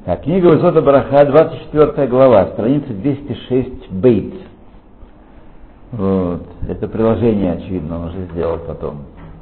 Так, книга Высота Браха, 24 глава, страница 206 бейт. Вот. Это приложение, очевидно, он уже сделал потом.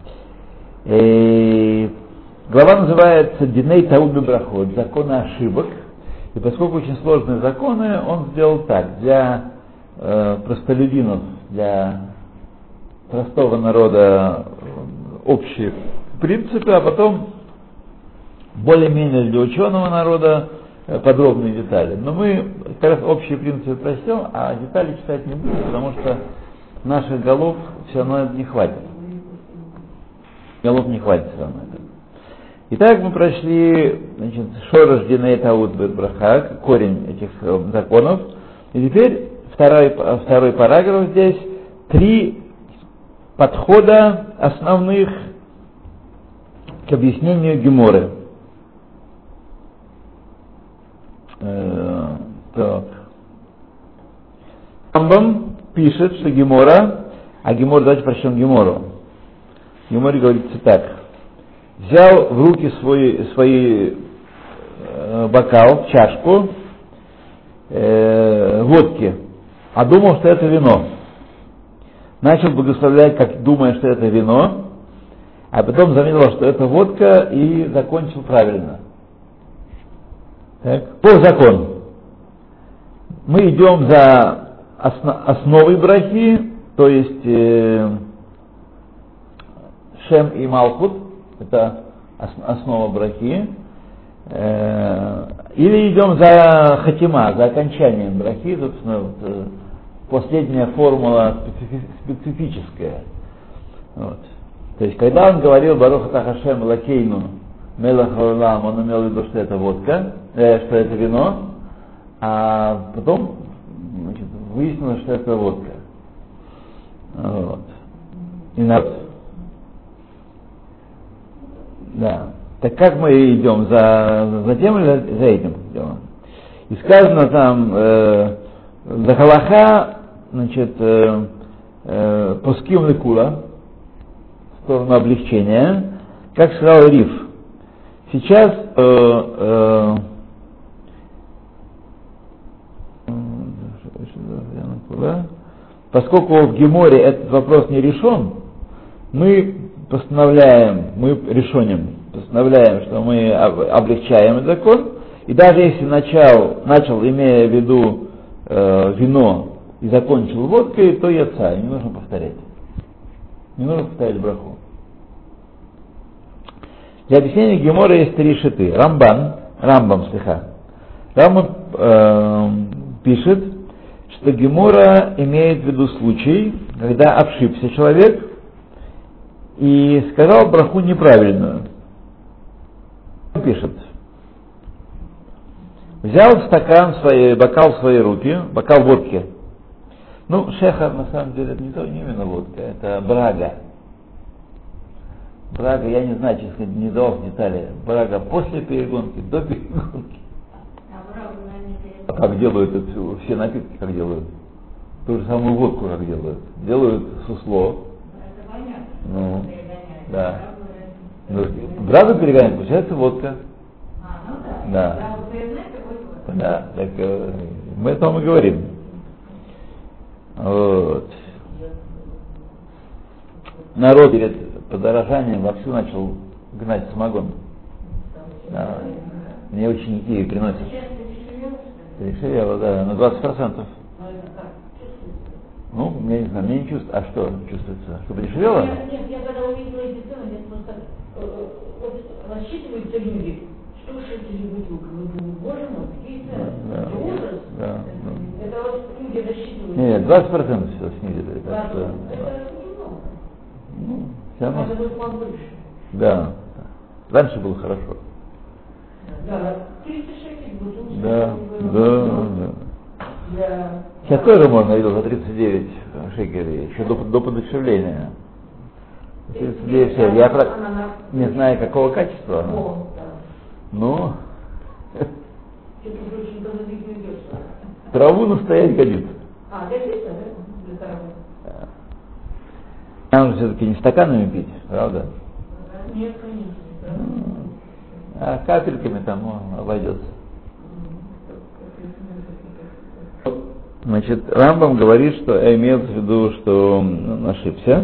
Глава называется Диней Тауд Бебрахот, законы ошибок. И поскольку очень сложные законы, он сделал так, для простолюдинов, для простого народа общие принципы, а потом более-менее для ученого народа подробные детали. Но мы как раз общие принципы прочтем, а детали читать не будем, потому что наших голов все равно не хватит. Голов не хватит все равно. Итак, мы прошли, значит, Шораш Диней Тауд Браха, корень этих законов. И теперь второй параграф здесь, 3 подхода основных к объяснению Геморы. Так. Рамбам пишет, что Гемора, давайте прочтем Гемору. В Геморе говорится так. Взял в руки свой бокал, чашку водки, а думал, что это вино. Начал благословлять, как думая, что это вино, а потом заметил, что это водка, и закончил правильно. Так. По закону. Мы идем за основой брахи, то есть Шем и Малхут, это основа брахи, или идем за хатима, за окончанием брахи, собственно, вот, последняя формула специфическая. Вот. То есть, когда он говорил Барух ата Хашем Лакейну Мелах Хаолам, он имел в виду, что это водка, что это вино, а потом, значит, выяснилось, что это водка. Вот. И да. Так как мы идем за тем или за этим идем? И сказано там за Галаха, значит, пуским лекула, в сторону облегчения, как сказал Риф. Сейчас поскольку в Геморе этот вопрос не решен, мы постановляем, что мы облегчаем этот закон, и даже если начал, имея в виду вино, и закончил водкой, то яца, не нужно повторять. Не нужно повторять браху. Для объяснения Гемора есть 3 шиты. Рамбам пишет, что Гемора имеет в виду случай, когда ошибся человек и сказал браху неправильную. Он пишет: взял бокал в свои руки, бокал водки. Ну, шехар на самом деле это не именно водка, это брага. Брага, я не знаю, честно, не давал в детали. Брага после перегонки, до перегонки. А как делают это все напитки, как делают? Ту же самую водку как делают. Делают сусло. Ну, да. Браду перегоняют, получается водка. Да. Да, так мы о том и говорим. Вот. Народ перед подорожанием вовсю начал гнать самогон. Да. Мне ученики приносят. Перешевело, да, на 20%. Ну, я не знаю, мне не чувствуется. А что чувствуется? Что, подешевело? Нет, я когда увидела эти цены, я просто рассчитываются люди, что же эти люди думают, боже мой, какие цены, это ужас. Да. Это вот люди рассчитывают. Нет, 20% все снизили. Да, что, это немного. Ну, все равно. Надо будет вам больше. Да. Раньше было хорошо. Да, 300 шекелей будет. Да. Да. Сейчас тоже можно, видел, за 39 шекелей, еще до подешевления. 39 шекелей. Я не знаю, какого качества она. Ну, траву настоять годится. Годится, да? Для травы. Нам же все-таки не стаканами пить, правда? Нет, конечно. А капельками там обойдется. Значит, Рамбам говорит, что имеется в виду, что он ошибся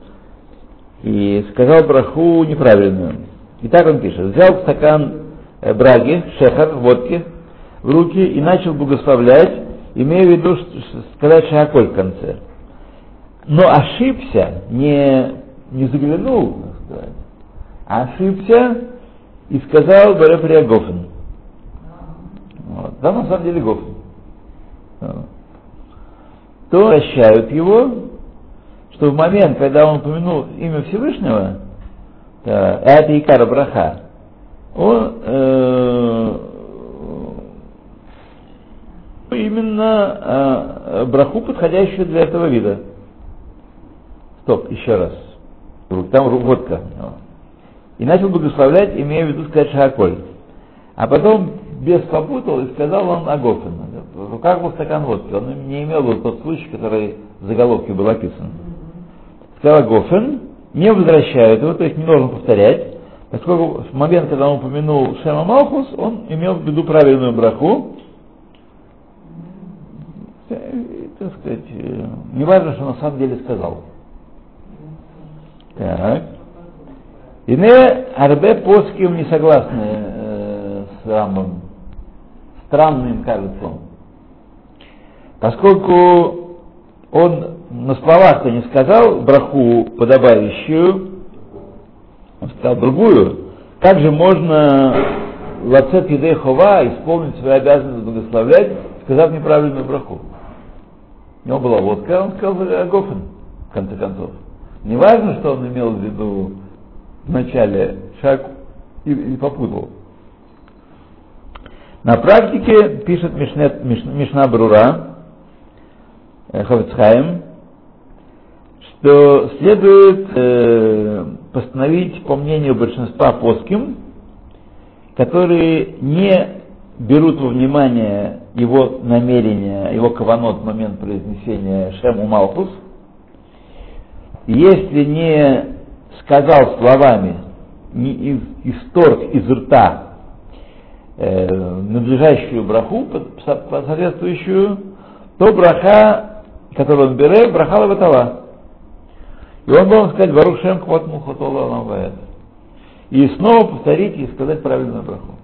и сказал браху неправильную. И так он пишет: взял стакан браги, шехар, водки в руки и начал благословлять, имея в виду сказать шахаколь в конце. Но ошибся, не заглянул, так сказать, а ошибся и сказал Барефрия Гофен. Вот. Там на самом деле Гофен. То прощают его, что в момент, когда он упомянул имя Всевышнего, это Икара Браха, он именно браху, подходящую для этого вида. Стоп, еще раз. Там водка. И начал благословлять, имея в виду сказать шахаколь. А потом бес попутал и сказал он Агофен. В руках был стакан водки. Он не имел в виду тот случай, который в заголовке был описан. Сказал Агофен, не возвращают его, то есть не должен повторять, поскольку в момент, когда он упомянул Шема Малхус, он имел в виду правильную браху. Так сказать, не важно, что на самом деле сказал. Так. Иные арбе поским не согласны с Рамбом. Странным им кажется он. Поскольку он на словах-то не сказал браху подобающую, он сказал другую, как же можно лацет едей хова исполнить свою обязанность благословлять, сказав неправильную браху? У него была водка, он сказал Гофен, в конце концов. Не важно, что он имел в виду в начале шаг и попутал. На практике, пишет Мишна Брура, Хафец Хаим, что следует постановить, по мнению большинства поским, которые не берут во внимание его намерения, его каванот в момент произнесения Шему Малхус, если не сказал словами, не исторг из рта надлежащую браху, соответствующую, то браха, которую он берет, браха лаватала. И он должен сказать Барух Шем Квот Мухотола Ламваэд. И снова повторить и сказать правильную браху.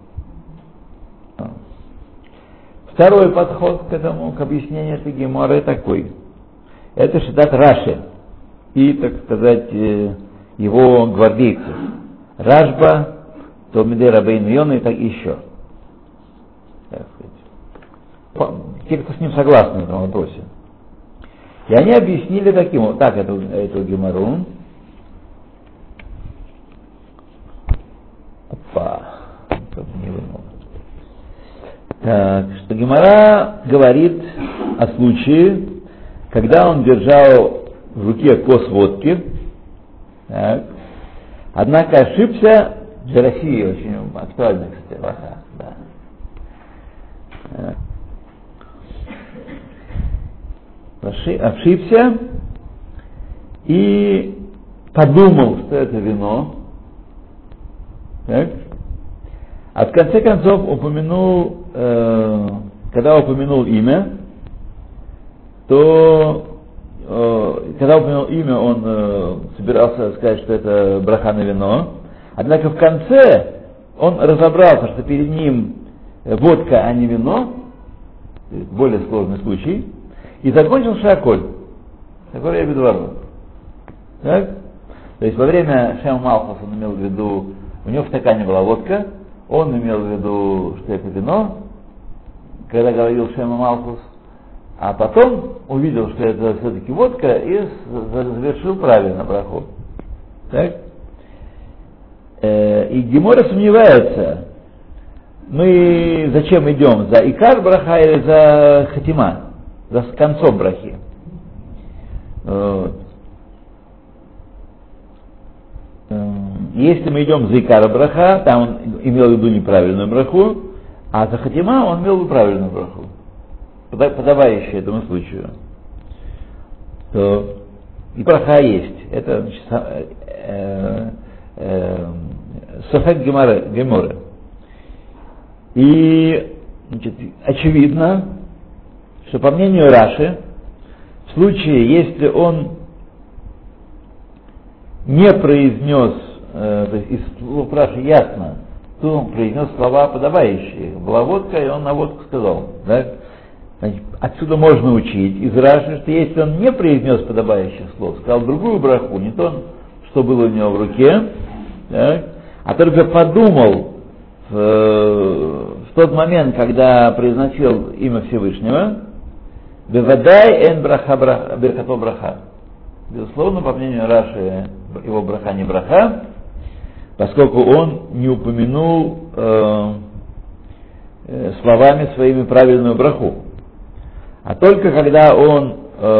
Второй подход к этому, к объяснению этой геморры такой. Это шитат Раши и, так сказать, его гвардейцев. Рашба, Талмидей Рабейну Йона и так еще. Так сказать. Те, кто с ним согласны в этом вопросе. И они объяснили таким, так эту геморру. Опа, как не вынул. Так, что Гемара говорит о случае, когда он держал в руке кос водки, так, однако ошибся, для России очень актуально, кстати, лоха, да. Ошибся и подумал, что это вино, так, а в конце концов упомянул, когда упомянул имя, то когда упомянул имя, он собирался сказать, что это браха на вино, однако в конце он разобрался, что перед ним водка, а не вино, более сложный случай, и закончил шаколь, который я веду ворот. Так? То есть во время Шема Малхус он имел в виду, у него в стакане была водка, он имел в виду, что это вино, когда говорил Шема Малхус, а потом увидел, что это все-таки водка, и завершил правильно браху. Так? И Гемора сомневается, мы зачем идем, за икар браха или за хатима, за концом брахи. Если мы идем за икар браха, там он имел в виду неправильную браху, а за хатима он имел в виду правильную браху, подобающую этому случаю. То и браха есть. Это Софек Геморы. И, значит, очевидно, что по мнению Раши, в случае, если он не произнес, то есть из слов Раши ясно, то он произнес слова подобающие. Была водка, и он на водку сказал. Да? Значит, отсюда можно учить из Раши, что если он не произнес подобающих слов, сказал другую браху, не то, что было у него в руке, так, а только подумал в тот момент, когда произносил имя Всевышнего, «Бевадай эн браха беркато браха». Безусловно, по мнению Раши, его браха не браха, поскольку он не упомянул словами своими правильную браху. А только когда он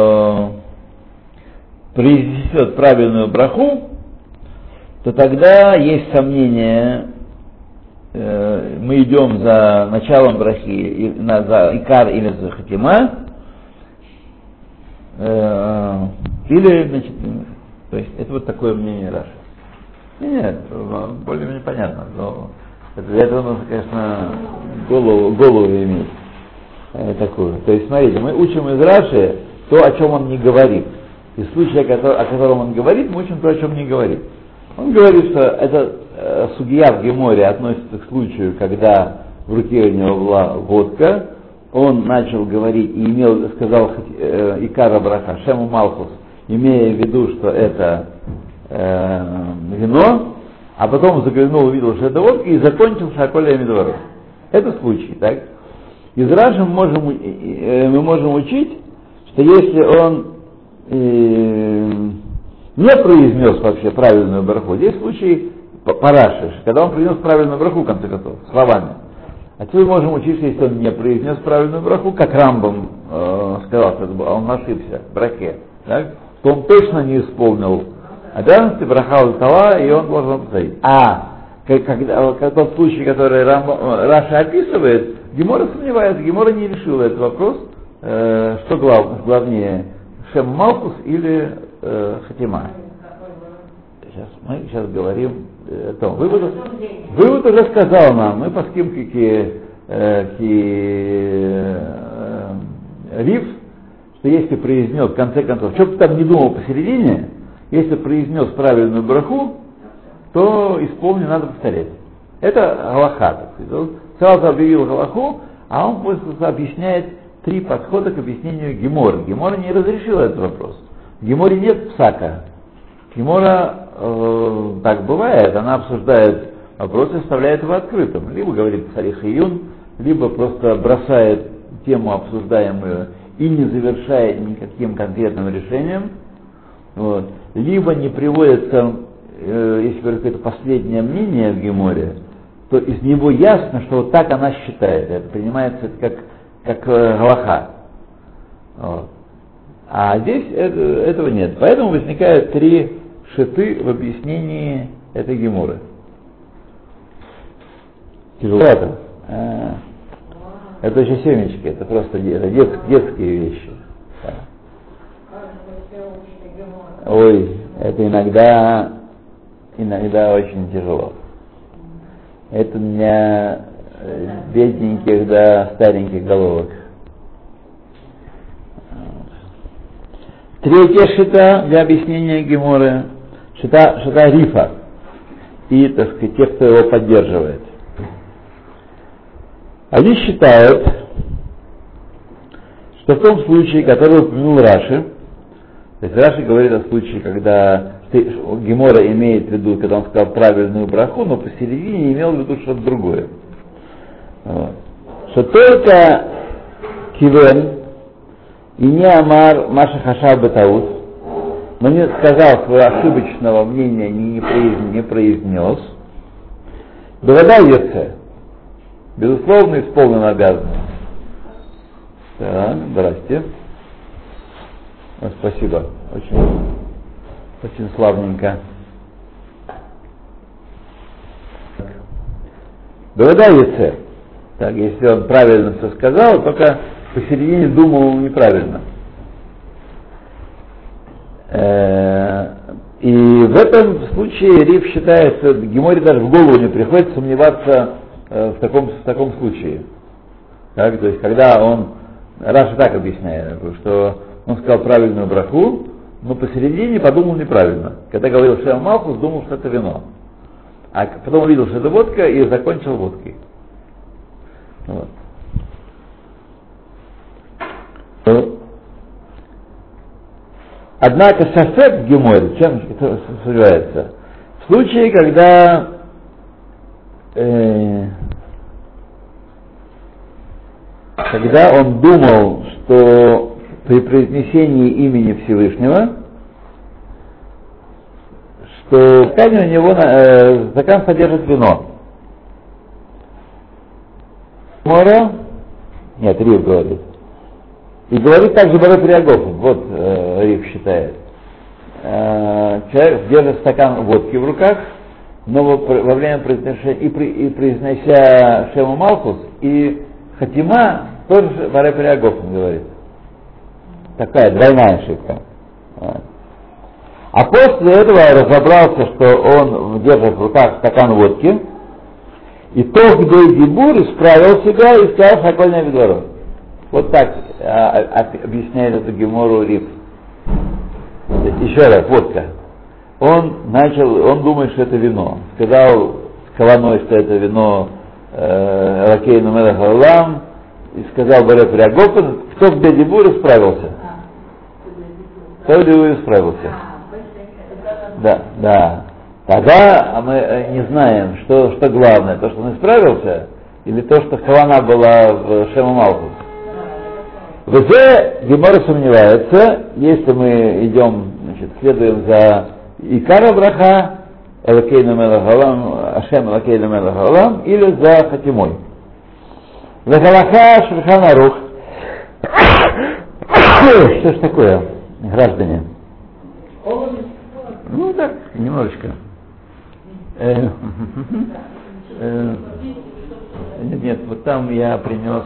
произнесет правильную браху, то тогда есть сомнение, мы идем за началом брахи, за икар или за хатима, или, значит, то есть это вот такое мнение Раши. Нет, более-менее понятно, но для этого нужно, конечно, голову иметь такую. То есть, смотрите, мы учим из Раши то, о чем он не говорит. Из случая, о котором он говорит, мы учим то, о чем не говорит. Он говорит, что эта судья в Геморе относится к случаю, когда в руке у него была водка, он начал говорить и сказал Икара Браха, Шему Малхус, имея в виду, что это вино, а потом заглянул, увидел, что это водка, и закончил Шаколя Амидвару. Это случай, так? Из Раши мы можем учить, что если он не произнес вообще правильную браху, здесь случай по Раши, когда он произнес правильную браху, в конце концов, словами. Отсюда можем учить, что если он не произнес правильную браху, как Рамбам сказал, что он ошибся в брахе, так? То он точно не исполнил обязанности, браха ультала, и он должен стоять. Когда тот случай, который Раша описывает, Гемора сомневается, Гемора не решила этот вопрос, что главнее, Шем Малхус или Хатима. Мы сейчас говорим о том. Вывод уже сказал нам, мы паским Риф, что если произнес, в конце концов, что бы там не думал посередине, если произнес правильную браху, то исполнить надо повторять. Это галаха. Он сразу объявил галаху, а он просто объясняет три подхода к объяснению Гемора. Гемора не разрешила этот вопрос. В Геморе нет псака. Гемора, так бывает, она обсуждает вопрос и оставляет его открытым. Либо говорит царих июн, либо просто бросает тему обсуждаемую и не завершает никаким конкретным решением. Вот. Либо не приводится, если говорить какое-то последнее мнение в Геморе, то из него ясно, что вот так она считает. Это принимается как галаха. Вот. А здесь этого нет. Поэтому возникают три шиты в объяснении этой Геморы. Тяжело это. Это еще семечки, это просто детские вещи. Да. Ой, это иногда очень тяжело. Это у меня бедненьких, да, стареньких головок. Третья шита для объяснения Геморы, шита Рифа и, так сказать, тех, кто его поддерживает. Они считают, что в том случае, который упомянул Раши, то есть Раши говорит о случае, когда Гемора имеет в виду, когда он сказал правильную браху, но посередине имел в виду что-то другое. Вот. Что только Кивен и не Амар Маша Хаша Бетаут, но не сказал своего ошибочного мнения, не произнес, Бевадай Йоце, безусловно, исполнен обязанность. Так, здрасте. Спасибо, очень славненько. Бевадай Йоце. Так, если он правильно все сказал, только посередине думал неправильно. И в этом случае Риф считается, Геморе даже в голову не приходит сомневаться в таком случае. Так, то есть, когда он Раша так объясняет, что он сказал правильную браху, но посередине подумал неправильно. Когда говорил Шем Малхус, думал, что это вино. А потом увидел, что это водка, и закончил водкой. Вот. Однако шафет в Геморе, чем это сужается? В случае, когда он думал, что при произнесении имени Всевышнего, что в стакане у него стакан содержит вино. Мора? Нет, Риф говорит. И говорит также Барет Реагофов, вот Риф считает. Человек держит стакан водки в руках, но во время произношения, и произнося Шема Малхус, и Хатима, тоже Барет Реагофов говорит. Такая двойная ошибка. А после этого разобрался, что он держит в руках стакан водки, и то, где Дибур исправил себя и сказал Шакольный Авидород. Вот так объясняет эту Гемору Риф. Еще раз, водка. Он думает, что это вино. Сказал с Каваной, что это вино Лакейну Мелех Олам, и сказал Барет Реагофен, кто где Дибур исправился. Кто Дибур исправился. Да. Тогда мы не знаем, что главное, то, что он исправился, или то, что Кавана была в Шема Малхус. В Зе Гемора сомневается, если мы идем, следуем за Икара Браха, Элокейну Мелех Олам, Ашем Элокейну Мелех Олам, или за Хатимой. Вехалаха Шульхан Арух. Что ж такое, граждане? Ну так, немножечко. Нет, вот там я принес,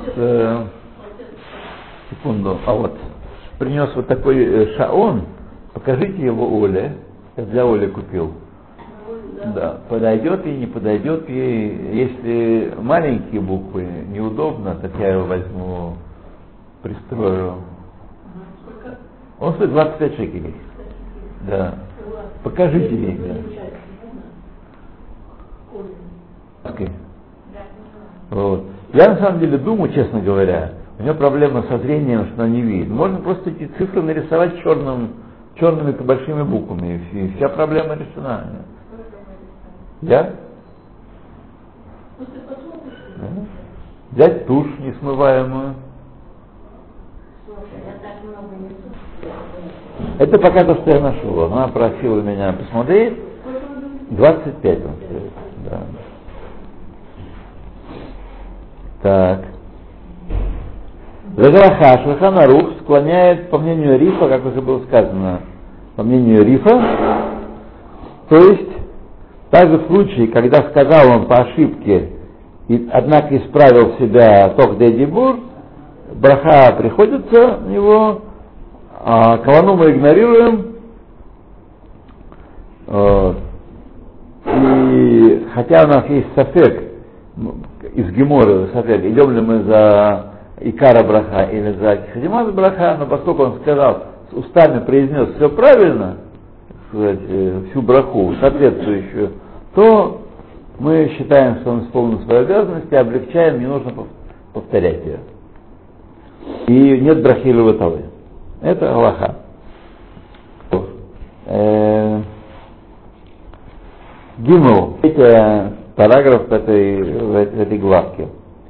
секунду, принес вот такой шаон, покажите его Оле, я для Оли купил. Да, подойдет ей, не подойдет ей, если маленькие буквы неудобно, так я его возьму, пристрою. Он стоит 25 шекелей. Да. Покажите ей. Да. Вот. Я на самом деле думаю, честно говоря, у него проблема со зрением, что она не видит. Можно просто эти цифры нарисовать черными большими буквами, и вся проблема решена. Я? Да. Взять тушь несмываемую. Это пока то, что я нашел. Она просила меня посмотреть. 25 он стоит. Да. Так. Заграха Шульхан Арух склоняет, по мнению Рифа, как уже было сказано, по мнению Рифа, то есть, также в случае, когда сказал он по ошибке, и, однако исправил себя Тох де Дибур, браха приходится на него, а Кавану мы игнорируем, и хотя у нас есть сафек из Геморы, сафек, идем ли мы за Икара браха или за Хатимат браха, но поскольку он сказал, с устами произнес все правильно, сказать, всю браху соответствующую, то мы считаем, что он исполнил свои обязанности, облегчаем, не нужно повторять ее. И нет брахи или ваталы. Это галаха. Гимл. Это параграф в этой главке.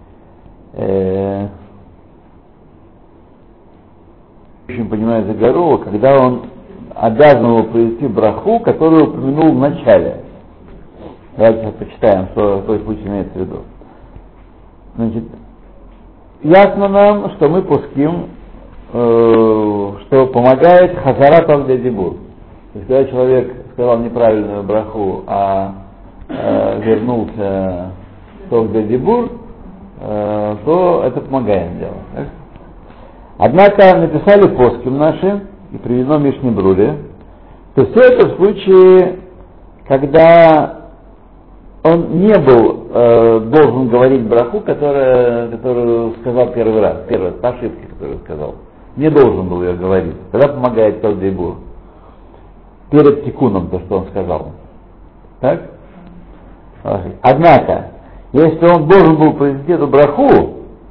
Очень понимает Загарова, когда он обязан был произвести браху, которую упомянул в начале. Давайте почитаем, что путь имеется в виду. Значит, ясно нам, что мы пуским, что помогает хазарат аль-дибур. То есть, когда человек сказал неправильную браху, а вернулся в дибур, то это помогает делать. Так? Однако написали поским наши, и приведено в Мишне Бруле, то все это в случае, когда он не был должен говорить браху, которую сказал первый раз, по ошибке, которую сказал. Не должен был ее говорить. Тогда помогает тот дибур. Перед тикуном, то, что он сказал. Так? Однако, если он должен был произнести эту браху,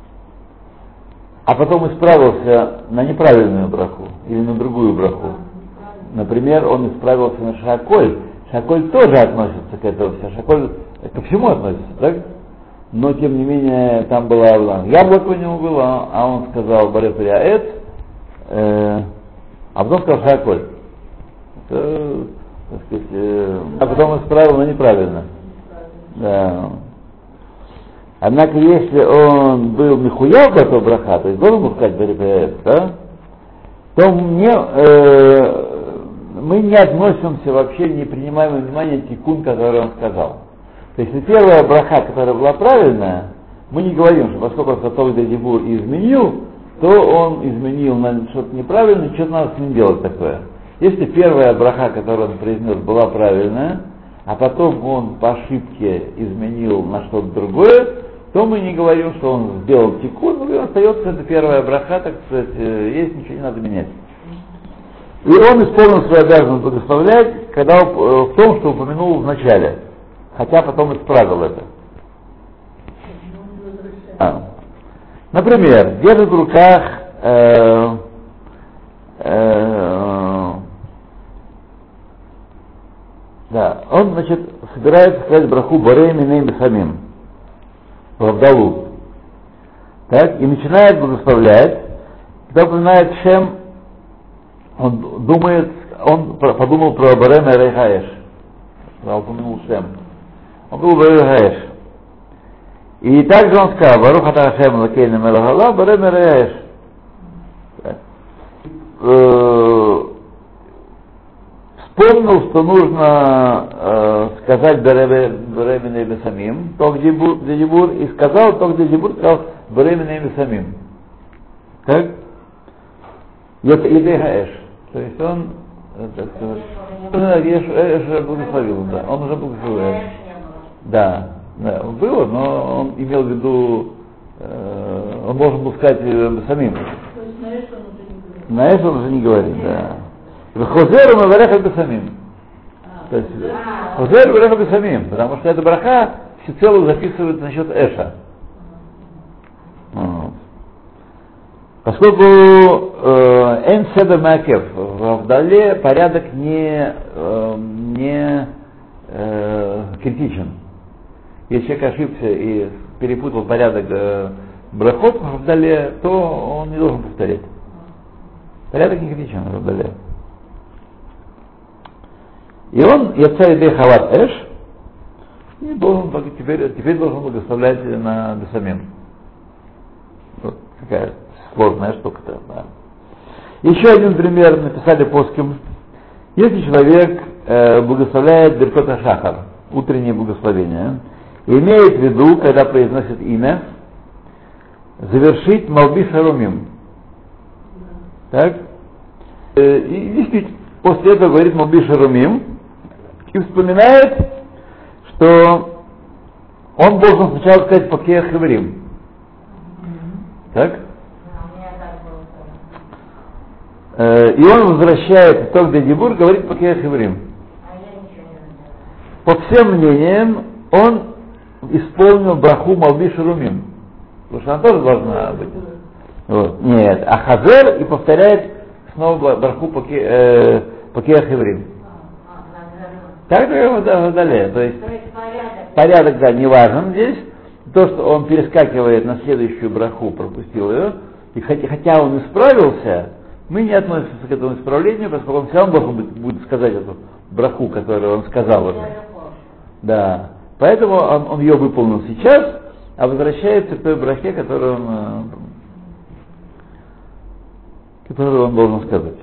а потом исправился на неправильную браху или на другую браху, например, он исправился на шаколь, шаколь тоже относится к этому, шаколь ко всему относится, так? Но, тем не менее, там была яблоко у него было, а он сказал барефриаэт, а потом сказал шаколь. Так сказать, а потом исправил, но неправильно. Да. Однако, если он был михуяв готов браха, то есть должен был сказать барефриаэт, да? То мы не относимся вообще, не принимаем во внимание тикун, который он сказал. То есть, если первая браха, которая была правильная, мы не говорим, что поскольку он Тог Дибур изменил, то он изменил на что-то неправильное, что-то надо с ним делать такое. Если первая браха, которую он произнес, была правильная, а потом он по ошибке изменил на что-то другое, то мы не говорим, что он сделал тикун, но остается эта первая браха, так сказать, есть, ничего не надо менять. И он исполнил свою обязанность благословлять, когда в том, что упомянул в начале, хотя потом исправил это. Например, держит в руках он, значит, собирается сказать браху Борей Миней Бесамим в Авдалу. Так, и начинает благословлять, когда упоминает Шем, он подумал про Борей Миней Хаэш, когда упомянул Шем. Он был Борей Хаэш. И также он сказал, Барух ата Хашем лакейна мелахала, Борей Миней Хаэш. Вспомнил, что нужно сказать Беременной Бесамим, Тог Дибур, и сказал Тог Дибур, сказал Беременной Бесамим. Так? Это Идеха Эш. То есть он, так сказать, Эш благословил, да. Он уже благословил. Да, было, но он имел в виду, он должен был сказать Бесамим. На Эш он уже не говорит, да. Хозер мы вареха бесамим. То есть хозер вареха бесамим, потому что эта браха всецело записывает насчет Эша. Поскольку эн седер макев в Авдале порядок не критичен. Если человек ошибся и перепутал порядок брахот в Авдале, то он не должен повторять. Порядок не критичен в Авдале. И он, яца идей халат эш, и должен, теперь должен благословлять на Бесамим. Вот такая сложная штука-то. Да. Еще один пример написали поским. Если человек благословляет Беркот ха-Шахар, утреннее благословение, имеет в виду, когда произносит имя, завершить Малби Шарумим. Так? И действительно, после этого говорит Малби Шарумим, и вспоминает, что он должен сначала сказать Пакея Хеврим. Так? И он возвращается Тог Дибур, говорит Пакея Хеврим. По всем мнениям, он исполнил браху Малби Шарумим. Потому что она тоже должна быть. Вот. Нет, а Хазер и повторяет снова браху Пакея Хеврим. Так же далее. То есть порядок, да, не важен здесь. То, что он перескакивает на следующую браху, пропустил ее, и хотя он исправился, мы не относимся к этому исправлению, поскольку он все равно должен будет сказать эту браху, которую он сказал уже. Да. Поэтому он ее выполнил сейчас, а возвращается к той брахе, которую он должен сказать.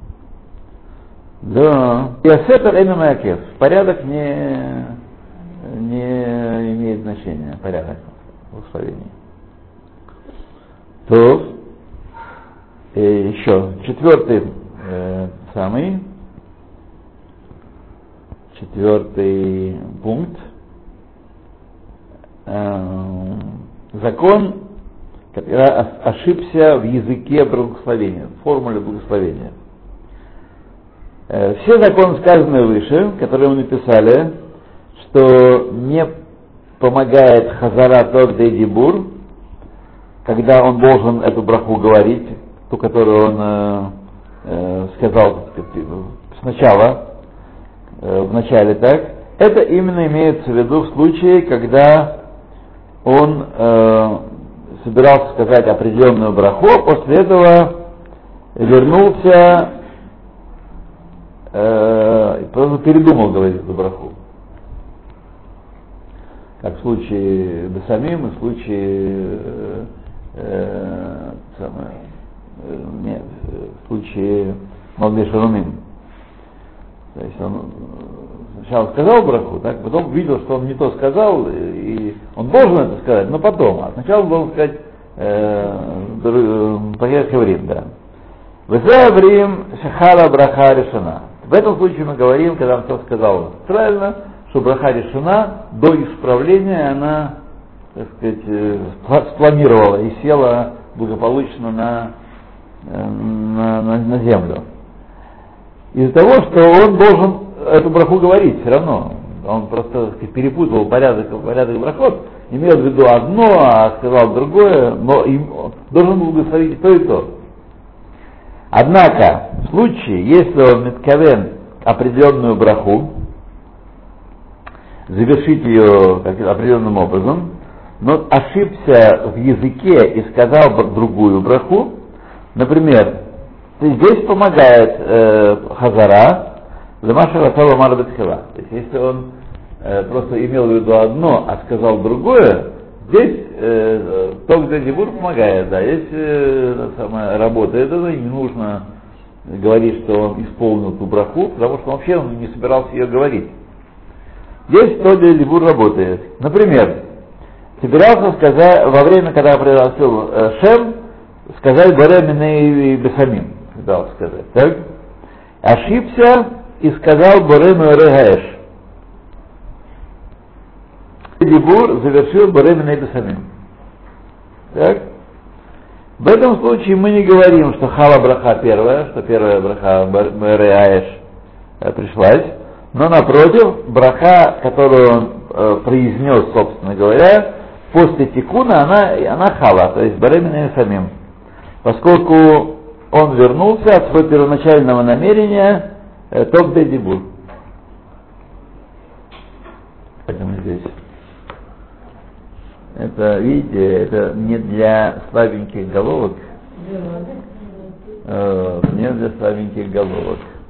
Да. И асетер эми маякев. Порядок не имеет значения. Порядок в условении. То еще четвертый пункт. закон, который ошибся в языке благословения, в формуле благословения. Все законы, сказанные выше, которые мы написали, что не помогает хазара тогда и дибур, когда он должен эту браху говорить, ту, которую он сказал сначала, в начале, так, это именно имеется в виду в случае, когда он собирался сказать определенную браху, а после этого вернулся и просто передумал говорить эту браху. Как в случае Бесамим и в случае в случае Малдей Шарумим. То есть он сначала сказал браху, так, потом видел, что он не то сказал, и он должен это сказать, но потом. А сначала он должен сказать Пахех Еврим, да. Везе Еврим Шахара Браха Решена. В этом случае мы говорим, когда он все сказал правильно, что браха решена, до исправления она, так сказать, спланировала и села благополучно на землю. Из-за того, что он должен эту браху говорить все равно, он просто, так сказать, перепутал порядок брахот, имел в виду одно, а сказал другое, но должен был благословить и то, и то. Однако, в случае, если он миткавен определенную браху, завершить ее определенным образом, но ошибся в языке и сказал другую браху, например, здесь помогает хазара, замаша расала мара бетхила. То есть, если он просто имел в виду одно, а сказал другое, здесь то, где дибур помогает, да, здесь работает, это не нужно говорить, что он исполнил ту браху, потому что вообще он не собирался ее говорить. Здесь то, где дибур работает. Например, собирался сказать, во время, когда произносил Шем, сказать Боре Миней Бесамим, собирался сказать, так? Ошибся и сказал Боре Миней Гаэш. Дибур завершил Боре Миней Бесамим. Так? В этом случае мы не говорим, что хала браха первая, что первая браха Боре Гаэш пришлась, но напротив, браха, которую он произнес, собственно говоря, после тикуна, она хала, то есть Боре Миней Бесамим. Поскольку он вернулся от своего первоначального намерения ток де дибур. Поэтому здесь. Это, видите, это не для слабеньких головок. Не для слабеньких головок.